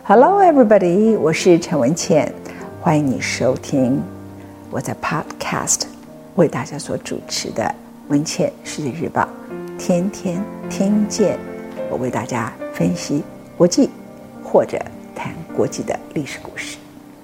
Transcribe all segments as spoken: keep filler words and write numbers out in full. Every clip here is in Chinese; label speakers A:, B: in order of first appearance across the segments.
A: Hello everybody， 我是陈文茜，欢迎你收听我在 Podcast 为大家所主持的文茜世界日报，天天听见我为大家分析国际或者谈国际的历史故事。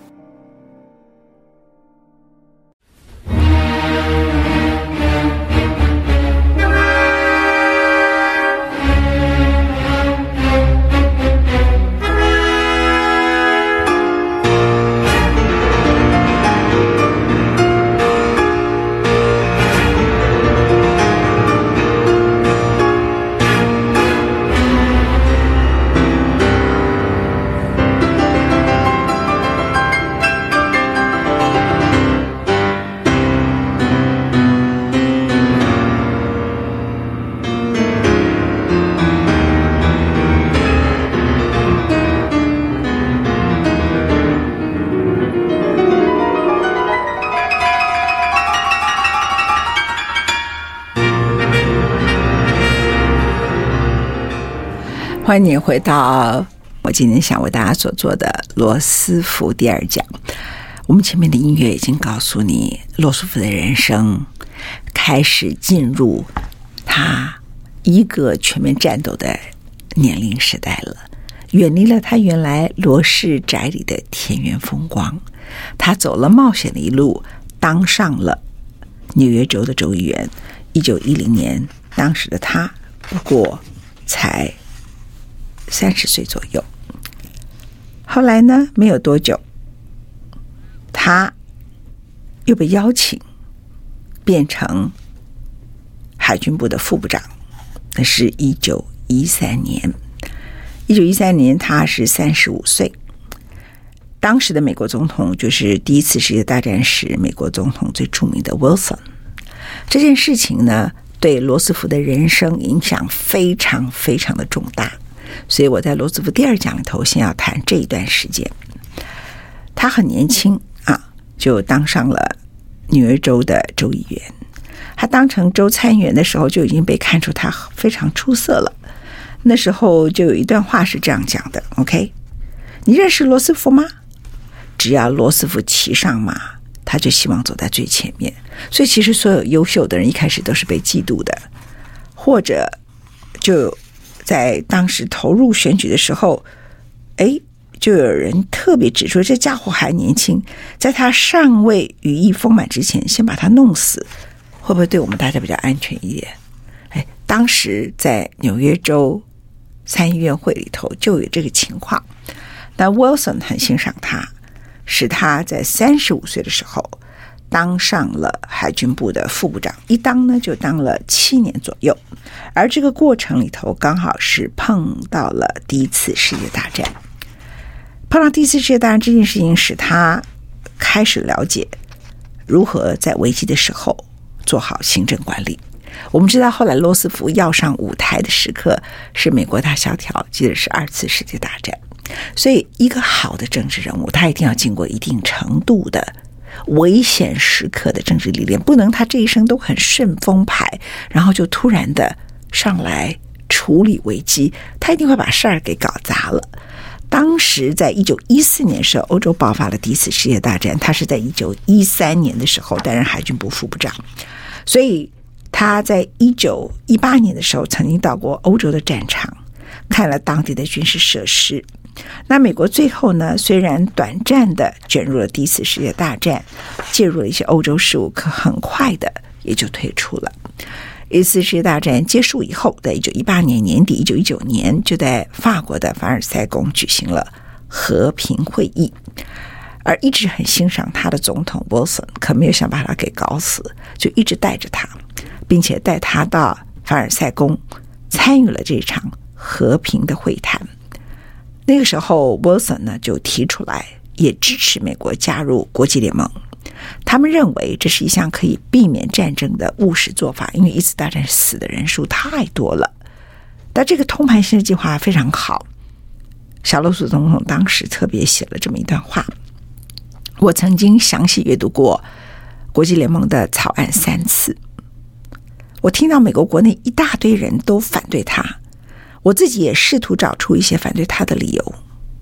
A: 欢迎你回到我今天想为大家所做的罗斯福第二讲。我们前面的音乐已经告诉你，罗斯福的人生开始进入他一个全面战斗的年龄时代了，远离了他原来罗氏宅里的田园风光，他走了冒险的一路，当上了纽约州的州议员。一九一零年，当时的他不过才三十岁左右。后来呢，没有多久，他又被邀请变成海军部的副部长，那是一九一三年。一九一三年，他是三十五岁。当时的美国总统就是第一次世界大战时美国总统最著名的 Wilson。这件事情呢，对罗斯福的人生影响非常非常的重大。所以我在罗斯福第二讲里头先要谈这一段时间。他很年轻啊，就当上了纽约州的州议员。他当成州参议员的时候，就已经被看出他非常出色了。那时候就有一段话是这样讲的 OK， 你认识罗斯福吗？只要罗斯福骑上马，他就希望走在最前面。所以其实所有优秀的人一开始都是被嫉妒的，或者就在当时投入选举的时候，哎，就有人特别指出这家伙还年轻，在他尚未羽翼丰满之前，先把他弄死，会不会对我们大家比较安全一点？哎，当时在纽约州参议院会里头就有这个情况。但 Wilson 很欣赏他，使他在三十五岁的时候当上了海军部的副部长，一当呢就当了七年左右。而这个过程里头刚好是碰到了第一次世界大战。碰到第一次世界大战这件事情，使他开始了解如何在危机的时候做好行政管理。我们知道后来罗斯福要上舞台的时刻是美国大萧条，记得是二次世界大战。所以一个好的政治人物，他一定要经过一定程度的危险时刻的政治历练，不能他这一生都很顺风牌，然后就突然的上来处理危机，他一定会把事儿给搞砸了。当时在一九一四年的时候，欧洲爆发了第一次世界大战，他是在一九一三年的时候担任海军部副部长，所以他在一九一八年的时候曾经到过欧洲的战场，看了当地的军事设施。那美国最后呢，虽然短暂的卷入了第一次世界大战，介入了一些欧洲事务，可很快的也就退出了。一次世界大战结束以后，在一九一八年年底，一九一九年就在法国的凡尔赛宫举行了和平会议。而一直很欣赏他的总统 Wilson 可没有想把他给搞死，就一直带着他，并且带他到凡尔赛宫参与了这场和平的会谈。那个时候 Wilson 呢就提出来，也支持美国加入国际联盟。他们认为这是一项可以避免战争的务实做法，因为一次大战死的人数太多了。但这个通盘性的计划非常好。小罗斯福总统当时特别写了这么一段话，我曾经详细阅读过国际联盟的草案三次。我听到美国国内一大堆人都反对他，我自己也试图找出一些反对他的理由，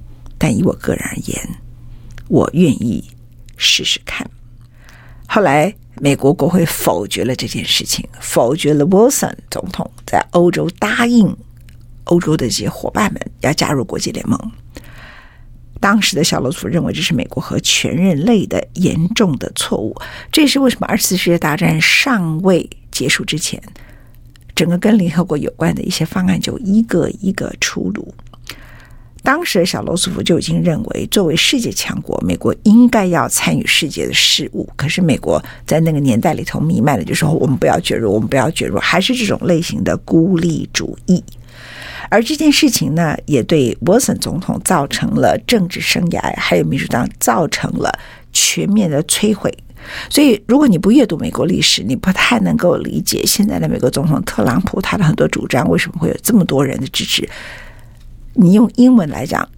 A: 但以我个人而言，我愿意试试看。后来美国国会否决了这件事情，否决了 Wilson 总统在欧洲答应欧洲的这些伙伴们要加入国际联盟。当时的小罗斯福认为这是美国和全人类的严重的错误，这也是为什么二次世界大战尚未结束之前，整个跟联合国有关的一些方案就一个一个出炉。当时的小罗斯福就已经认为，作为世界强国，美国应该要参与世界的事务。可是美国在那个年代里头弥漫的就是说，我们不要卷入，我们不要卷入，还是这种类型的孤立主义。而这件事情呢，也对 Wilson 总统造成了政治生涯还有民主党造成了全面的摧毁。所以如果你不阅读美国历史，你不太能够理解现在的美国总统特朗普他的很多主张为什么会有这么多人的支持。你用英文来讲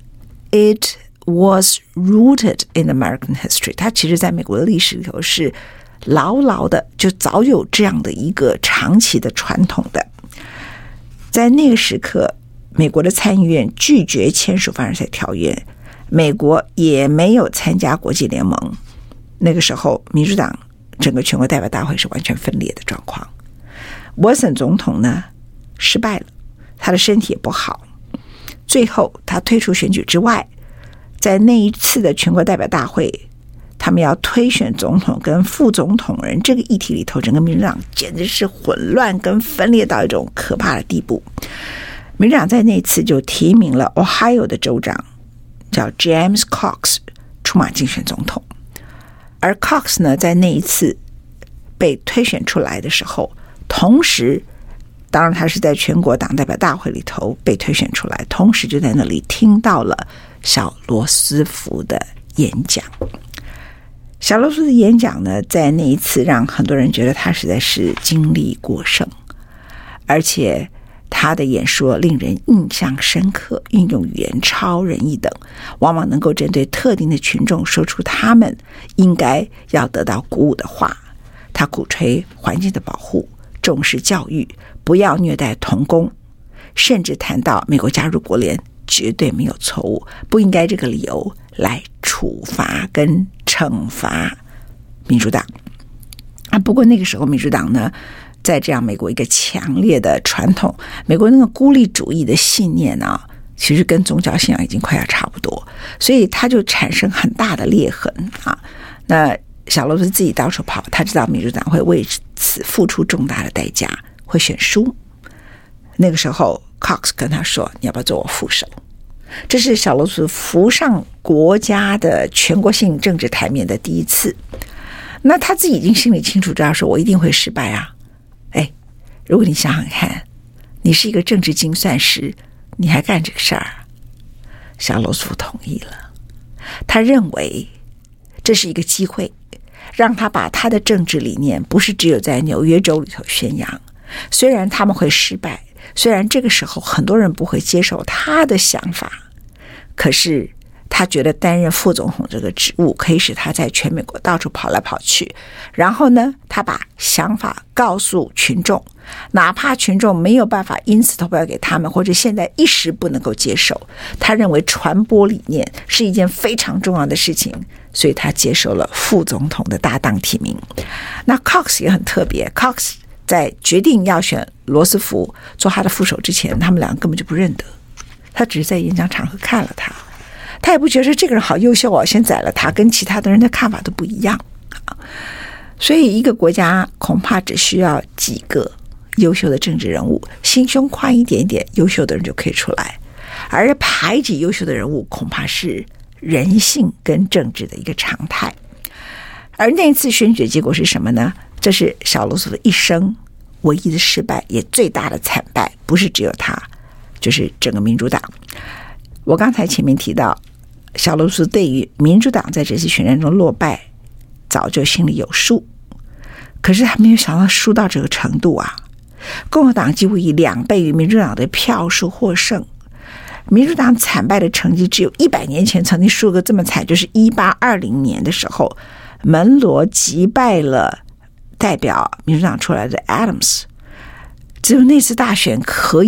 A: It was rooted in American history， 它其实在美国的历史里头是牢牢的，就早有这样的一个长期的传统的。在那个时刻，美国的参议院拒绝签署凡尔赛条约，美国也没有参加国际联盟。那个时候民主党整个全国代表大会是完全分裂的状况。Wilson 总统呢失败了，他的身体也不好，最后他退出选举之外，在那一次的全国代表大会，他们要推选总统跟副总统人这个议题里头，整个民主党简直是混乱跟分裂到一种可怕的地步。民主党在那次就提名了 Ohio 的州长叫 James Cox 出马竞选总统，而 Cox 呢在那一次被推选出来的时候，同时当然他是在全国党代表大会里头被推选出来，同时就在那里听到了小罗斯福的演讲。小罗斯福的演讲呢，在那一次让很多人觉得他实在是精力过剩，而且他的演说令人印象深刻，运用语言超人一等，往往能够针对特定的群众说出他们应该要得到鼓舞的话。他鼓吹环境的保护，重视教育，不要虐待童工，甚至谈到美国加入国联绝对没有错误，不应该这个理由来处罚跟惩罚民主党啊。不过那个时候民主党呢，在这样美国一个强烈的传统，美国那个孤立主义的信念啊，其实跟宗教信仰已经快要差不多，所以他就产生很大的裂痕啊。那小罗斯自己到处跑，他知道民主党会为此付出重大的代价，会选输。那个时候 Cox 跟他说，你要不要做我副手？这是小罗斯浮上国家的全国性政治台面的第一次。那他自己已经心里清楚知道说，我一定会失败啊。哎，如果你想想看，你是一个政治精算师，你还干这个事儿？小罗斯福同意了，他认为这是一个机会，让他把他的政治理念不是只有在纽约州里头宣扬。虽然他们会失败，虽然这个时候很多人不会接受他的想法，可是他觉得担任副总统这个职务可以使他在全美国到处跑来跑去，然后呢，他把想法告诉群众，哪怕群众没有办法因此投票给他们，或者现在一时不能够接受，他认为传播理念是一件非常重要的事情，所以他接受了副总统的搭档提名。那 Cox 也很特别， Cox 在决定要选罗斯福做他的副手之前，他们两个根本就不认得，他只是在演讲场合看了他，他也不觉得这个人好优秀哦，先宰了他，跟其他的人的看法都不一样。所以一个国家恐怕只需要几个优秀的政治人物，心胸宽一点点，优秀的人就可以出来。而排挤优秀的人物恐怕是人性跟政治的一个常态。而那一次选举的结果是什么呢？这是小罗斯福一生唯一的失败，也最大的惨败，不是只有他，就是整个民主党。我刚才前面提到，小罗斯福对于民主党在这次选战中落败早就心里有数，可是他没有想到输到这个程度啊！共和党几乎以两倍于民主党的票数获胜。民主党惨败的成绩只有一百年前曾经输个这么惨，就是一八二零年的时候，门罗击败了代表民主党出来的 Adams， 只有那次大选可以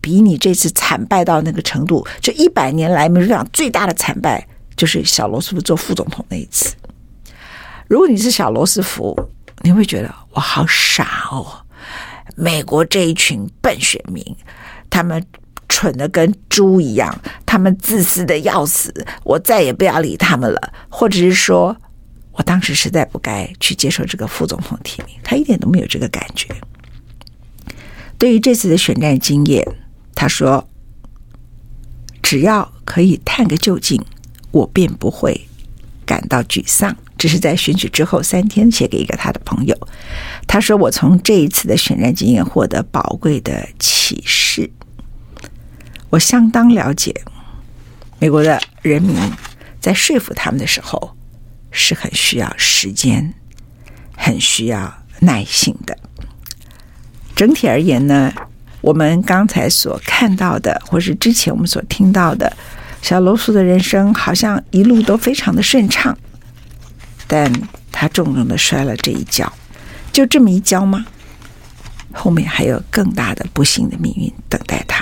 A: 比你这次惨败到那个程度，这一百年来民主党最大的惨败就是小罗斯福做副总统那一次。如果你是小罗斯福，你会觉得我好傻哦，美国这一群笨选民，他们蠢的跟猪一样，他们自私的要死，我再也不要理他们了。或者是说我当时实在不该去接受这个副总统提名，他一点都没有这个感觉。对于这次的选战经验，他说只要可以探个究竟，我便不会感到沮丧。这是在选举之后三天写给一个他的朋友，他说我从这一次的选战经验获得宝贵的启示，我相当了解美国的人民在说服他们的时候是很需要时间，很需要耐心的。整体而言呢，我们刚才所看到的，或是之前我们所听到的，小罗斯的人生好像一路都非常的顺畅，但他重重的摔了这一跤。就这么一跤吗？后面还有更大的不幸的命运等待他。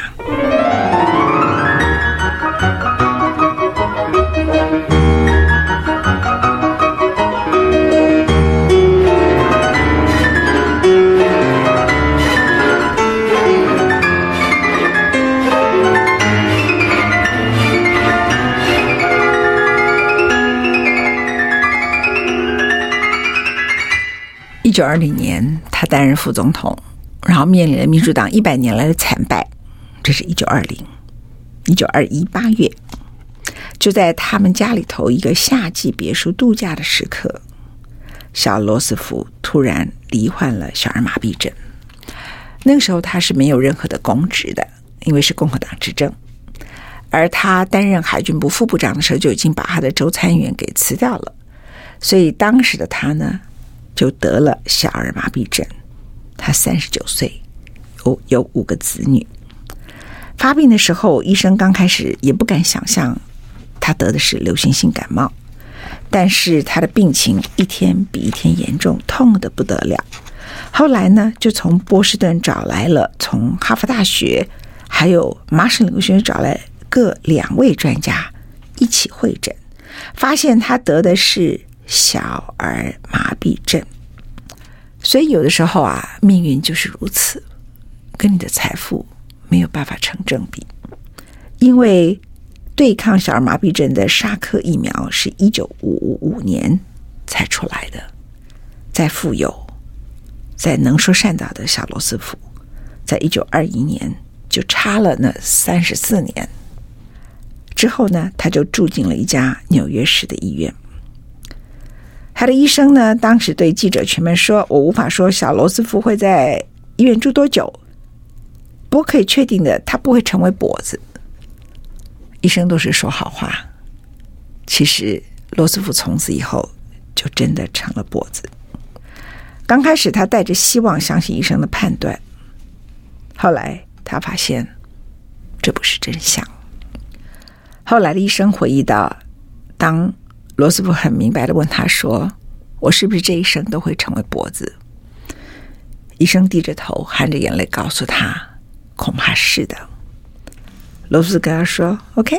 A: 一九二零年，他担任副总统，然后面临了民主党一百年来的惨败。这是一九二零，一九二一八月，就在他们家里头一个夏季别墅度假的时刻，小罗斯福突然罹患了小儿麻痹症。那个时候他是没有任何的公职的，因为是共和党执政。而他担任海军部副部长的时候，就已经把他的州参议员给辞掉了，所以当时的他呢，就得了小儿麻痹症。他三十九岁，有有五个子女。发病的时候，医生刚开始也不敢想象他得的是流行性感冒，但是他的病情一天比一天严重，痛得不得了。后来呢，就从波士顿找来了，从哈佛大学还有麻省理工学院找来各两位专家一起会诊，发现他得的是小儿麻痹症。所以有的时候啊，命运就是如此，跟你的财富没有办法成正比。因为对抗小儿麻痹症的沙克疫苗是一九五五年才出来的，在富有在能说善道的小罗斯福，在一九二一年就差了那三十四年之后呢，他就住进了一家纽约市的医院。他的医生呢，当时对记者群们说，我无法说小罗斯福会在医院住多久，不过可以确定的，他不会成为跛子。医生都是说好话，其实罗斯福从此以后就真的成了跛子。刚开始他带着希望相信医生的判断，后来他发现这不是真相。后来的医生回忆到，当罗斯福很明白地问他说，我是不是这一生都会成为跛子？医生低着头含着眼泪告诉他，恐怕是的。罗斯福跟他说 OK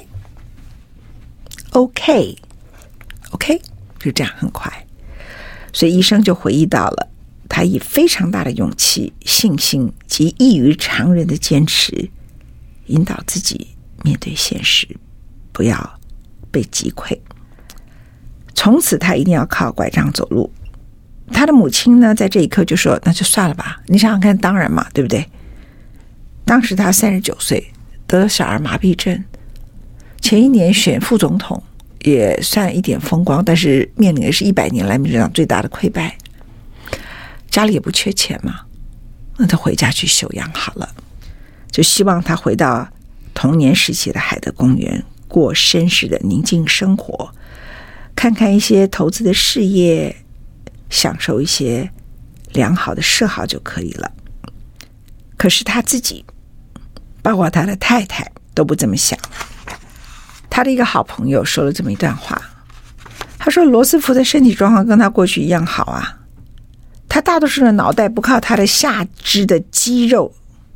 A: OK OK， 就这样很快。所以医生就回忆到了他以非常大的勇气、信心及异于常人的坚持，引导自己面对现实，不要被击溃。从此他一定要靠拐杖走路。他的母亲呢，在这一刻就说，那就算了吧，你想想看，当然嘛，对不对？当时他三十九岁，得了小儿麻痹症，前一年选副总统也算一点风光，但是面临的是一百年来民主党最大的溃败，家里也不缺钱嘛，那他回家去休养好了，就希望他回到童年时期的海德公园，过绅士的宁静生活，看看一些投资的事业，享受一些良好的嗜好就可以了。可是他自己，包括他的太太都不这么想。他的一个好朋友说了这么一段话，他说罗斯福的身体状况跟他过去一样好啊，他大多数的脑袋不靠他的下肢的肌肉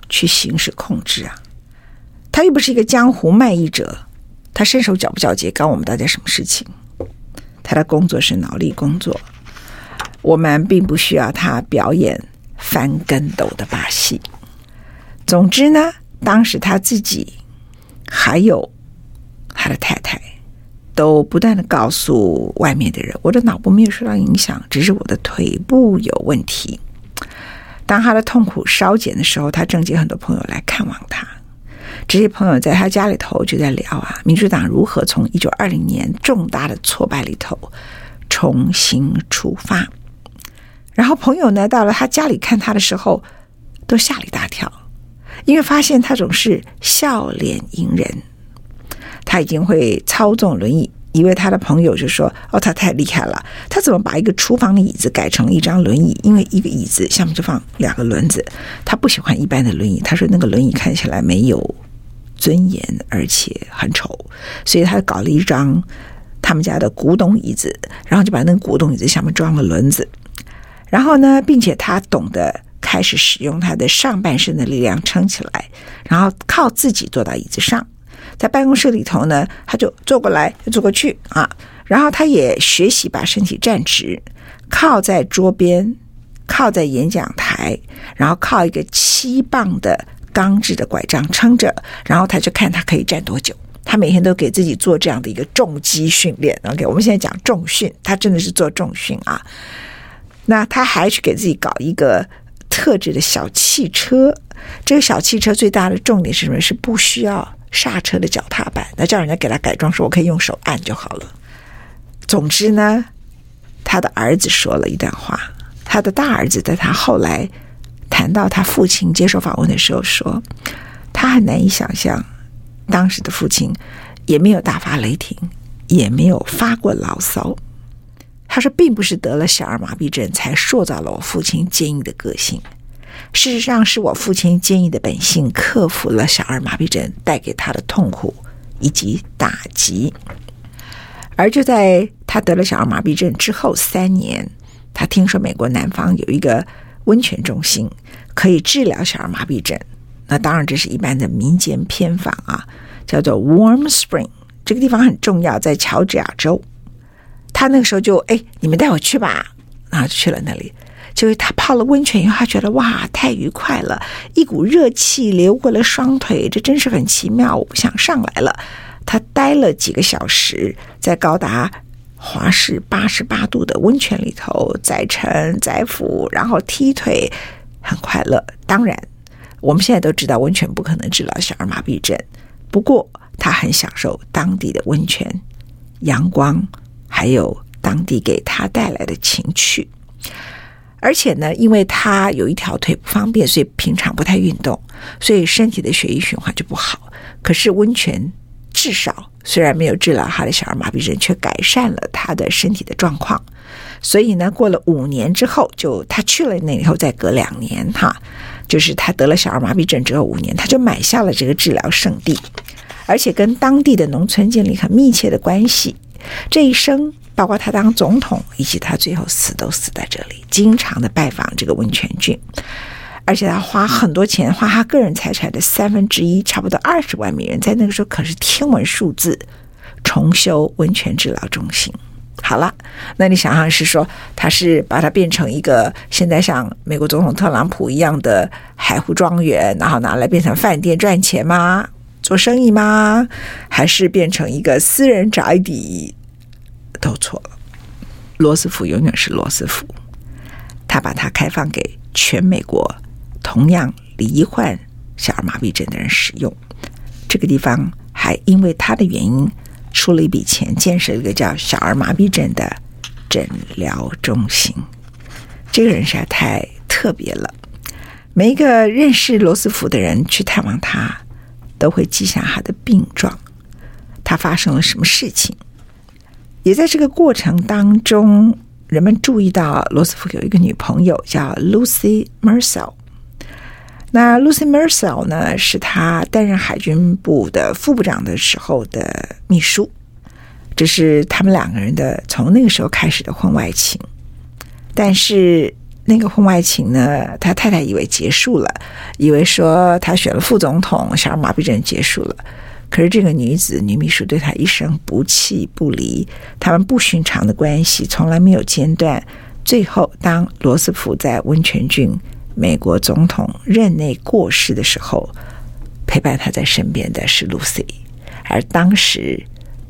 A: 去行使控制啊。他又不是一个江湖卖艺者，他身手矫不矫捷，干我们大家什么事情？他的工作是脑力工作，我们并不需要他表演翻跟斗的把戏。总之呢，当时他自己还有他的太太都不断的告诉外面的人，我的脑部没有受到影响，只是我的腿部有问题。当他的痛苦稍减的时候，他征集很多朋友来看望他。这些朋友在他家里头就在聊啊，民主党如何从一九二零年重大的挫败里头重新出发。然后朋友呢到了他家里看他的时候都吓了一大跳，因为发现他总是笑脸迎人。他已经会操纵轮椅，一位他的朋友就说，哦，他太厉害了，他怎么把一个厨房的椅子改成了一张轮椅？因为一个椅子下面就放两个轮子，他不喜欢一般的轮椅，他说那个轮椅看起来没有尊严，而且很丑，所以他搞了一张他们家的古董椅子，然后就把那个古董椅子下面装了轮子。然后呢，并且他懂得开始使用他的上半身的力量撑起来，然后靠自己坐到椅子上。在办公室里头呢，他就坐过来又坐过去啊，然后他也学习把身体站直，靠在桌边，靠在演讲台，然后靠一个七磅的钢制的拐杖撑着，然后他就看他可以站多久。他每天都给自己做这样的一个重肌训练。OK， 我们现在讲重训，他真的是做重训啊。那他还去给自己搞一个特制的小汽车，这个小汽车最大的重点是什么？是不需要刹车的脚踏板，那叫人家给他改装，说我可以用手按就好了。总之呢，他的儿子说了一段话，他的大儿子在他后来谈到他父亲接受访问的时候说，他很难以想象当时的父亲也没有大发雷霆，也没有发过牢骚。他说并不是得了小儿麻痹症才塑造了我父亲坚毅的个性，事实上是我父亲坚毅的本性克服了小儿麻痹症带给他的痛苦以及打击。而就在他得了小儿麻痹症之后三年，他听说美国南方有一个温泉中心可以治疗小儿麻痹症，那当然这是一般的民间偏方啊，叫做 Warm Spring， 这个地方很重要，在乔治亚州。他那个时候就哎，你们带我去吧，然后就去了那里。就是他泡了温泉以后，他觉得哇，太愉快了，一股热气流过了双腿，这真是很奇妙，我不想上来了。他待了几个小时，在高达华氏八十八度的温泉里头载沉载浮，然后踢腿，很快乐。当然我们现在都知道温泉不可能治疗小儿麻痹症，不过他很享受当地的温泉阳光，还有当地给他带来的情趣。而且呢，因为他有一条腿不方便，所以平常不太运动，所以身体的血液循环就不好。可是温泉至少虽然没有治疗他的小儿麻痹症，却改善了他的身体的状况。所以呢，过了五年之后，就他去了那以后，再隔两年哈，就是他得了小儿麻痹症之后五年，他就买下了这个治疗圣地，而且跟当地的农村建立很密切的关系。这一生包括他当总统以及他最后死都死在这里，经常的拜访这个温泉郡，而且他花很多钱，花他个人财产的三分之一，差不多二十万美元，在那个时候可是天文数字，重修温泉治疗中心。好了，那你想象是说他是把它变成一个现在像美国总统特朗普一样的海湖庄园，然后拿来变成饭店赚钱吗？做生意吗？还是变成一个私人宅邸？都错了。罗斯福永远是罗斯福，他把它开放给全美国同样罹患小儿麻痹症的人使用。这个地方还因为他的原因出了一笔钱，建设一个叫小儿麻痹症的诊疗中心。这个人实在太特别了，每一个认识罗斯福的人去探望他都会记下他的病状，他发生了什么事情。也在这个过程当中，人们注意到罗斯福有一个女朋友叫 Lucy Mersel。 那 Lucy Mersel 呢，是他担任海军部的副部长的时候的秘书，这是他们两个人的从那个时候开始的婚外情。但是那个婚外情呢，他太太以为结束了，以为说他选了副总统，小儿麻痹症结束了。可是这个女子女秘书对他一生不弃不离，他们不寻常的关系从来没有间断。最后当罗斯福在温泉郡美国总统任内过世的时候，陪伴他在身边的是 Lucy， 而当时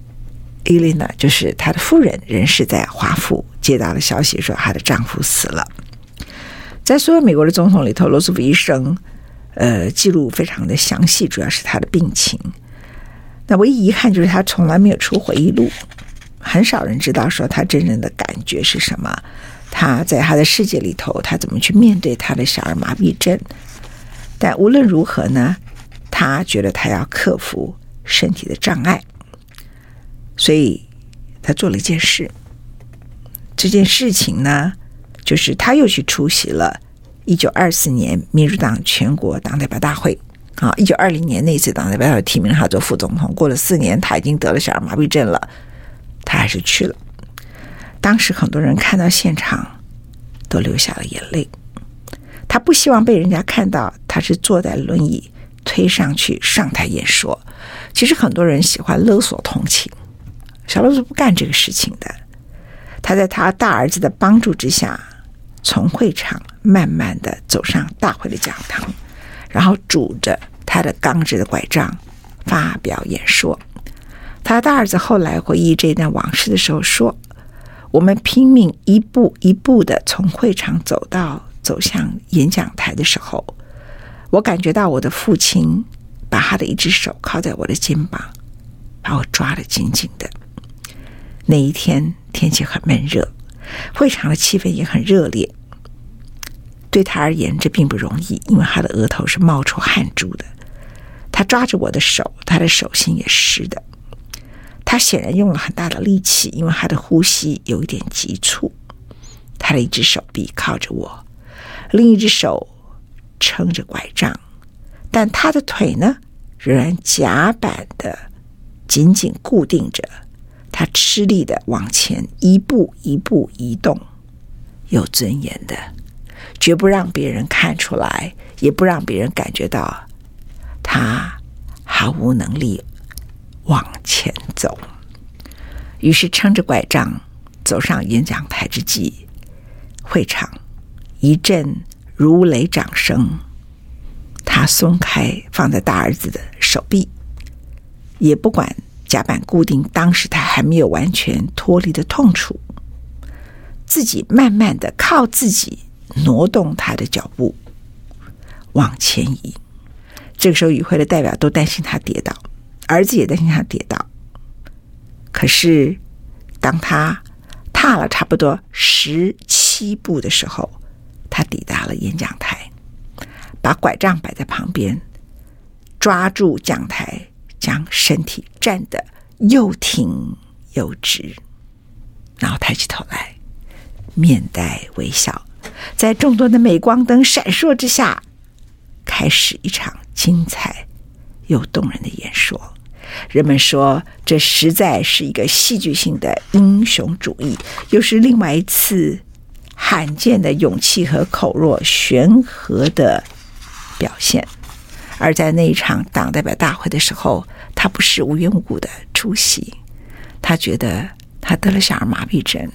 A: Elena 就是他的夫人，人是在华府接到了消息说她的丈夫死了。在所有美国的总统里头，罗斯福一生呃记录非常的详细，主要是他的病情。那唯一遗憾就是他从来没有出回忆录，很少人知道说他真正的感觉是什么，他在他的世界里头他怎么去面对他的小儿麻痹症。但无论如何呢，他觉得他要克服身体的障碍，所以他做了一件事。这件事情呢，就是他又去出席了一九二四年民主党全国党代表大会啊，一九二零年那次党代表大会提名他做副总统，过了四年他已经得了小儿麻痹症了，他还是去了。当时很多人看到现场都流下了眼泪，他不希望被人家看到他是坐在轮椅推上去上台演说。其实很多人喜欢勒索同情，小罗斯不干这个事情的。他在他大儿子的帮助之下，从会场慢慢的走上大会的讲堂，然后拄着他的钢制的拐杖发表演说。他大儿子后来回忆这段往事的时候说，我们拼命一步一步的从会场走到走向演讲台的时候，我感觉到我的父亲把他的一只手靠在我的肩膀，把我抓得紧紧的。那一天天气很闷热，会场的气氛也很热烈。对他而言这并不容易，因为他的额头是冒出汗珠的。他抓着我的手，他的手心也湿的。他显然用了很大的力气，因为他的呼吸有一点急促。他的一只手臂靠着我，另一只手撑着拐杖，但他的腿呢，仍然夹板的紧紧固定着。他吃力的往前一步一步移动，有尊严的，绝不让别人看出来，也不让别人感觉到他毫无能力往前走。于是撑着拐杖走上演讲台之际，会场一阵如雷掌声。他松开放在大儿子的手臂，也不管夹板固定当时他还没有完全脱离的痛楚，自己慢慢的靠自己挪动他的脚步往前移。这个时候与会的代表都担心他跌倒，儿子也担心他跌倒。可是当他踏了差不多十七步的时候，他抵达了演讲台，把拐杖摆在旁边，抓住讲台，将身体站得又挺又直，然后抬起头来，面带微笑，在众多的镁光灯闪烁之下，开始一场精彩又动人的演说。人们说这实在是一个戏剧性的英雄主义，又是另外一次罕见的勇气和口若悬河的表现。而在那一场党代表大会的时候，他不是无缘无故的出席，他觉得他得了小儿麻痹症。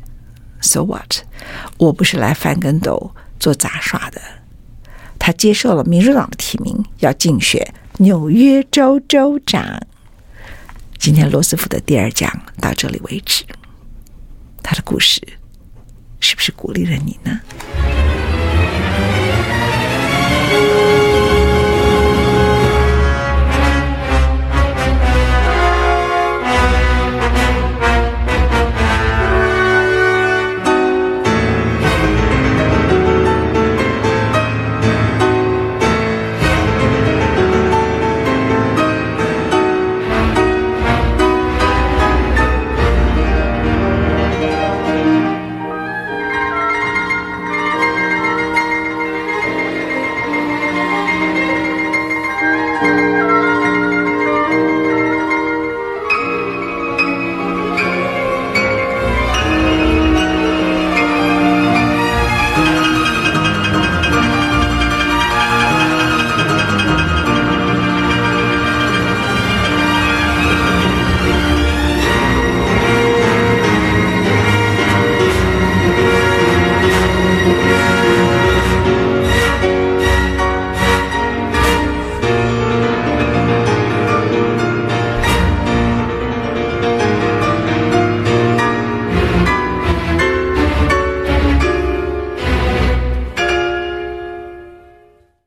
A: So what？ 我不是来翻跟斗做杂耍的。他接受了民主党的提名，要竞选纽约州州长。今天罗斯福的第二讲到这里为止，他的故事是不是鼓励了你呢？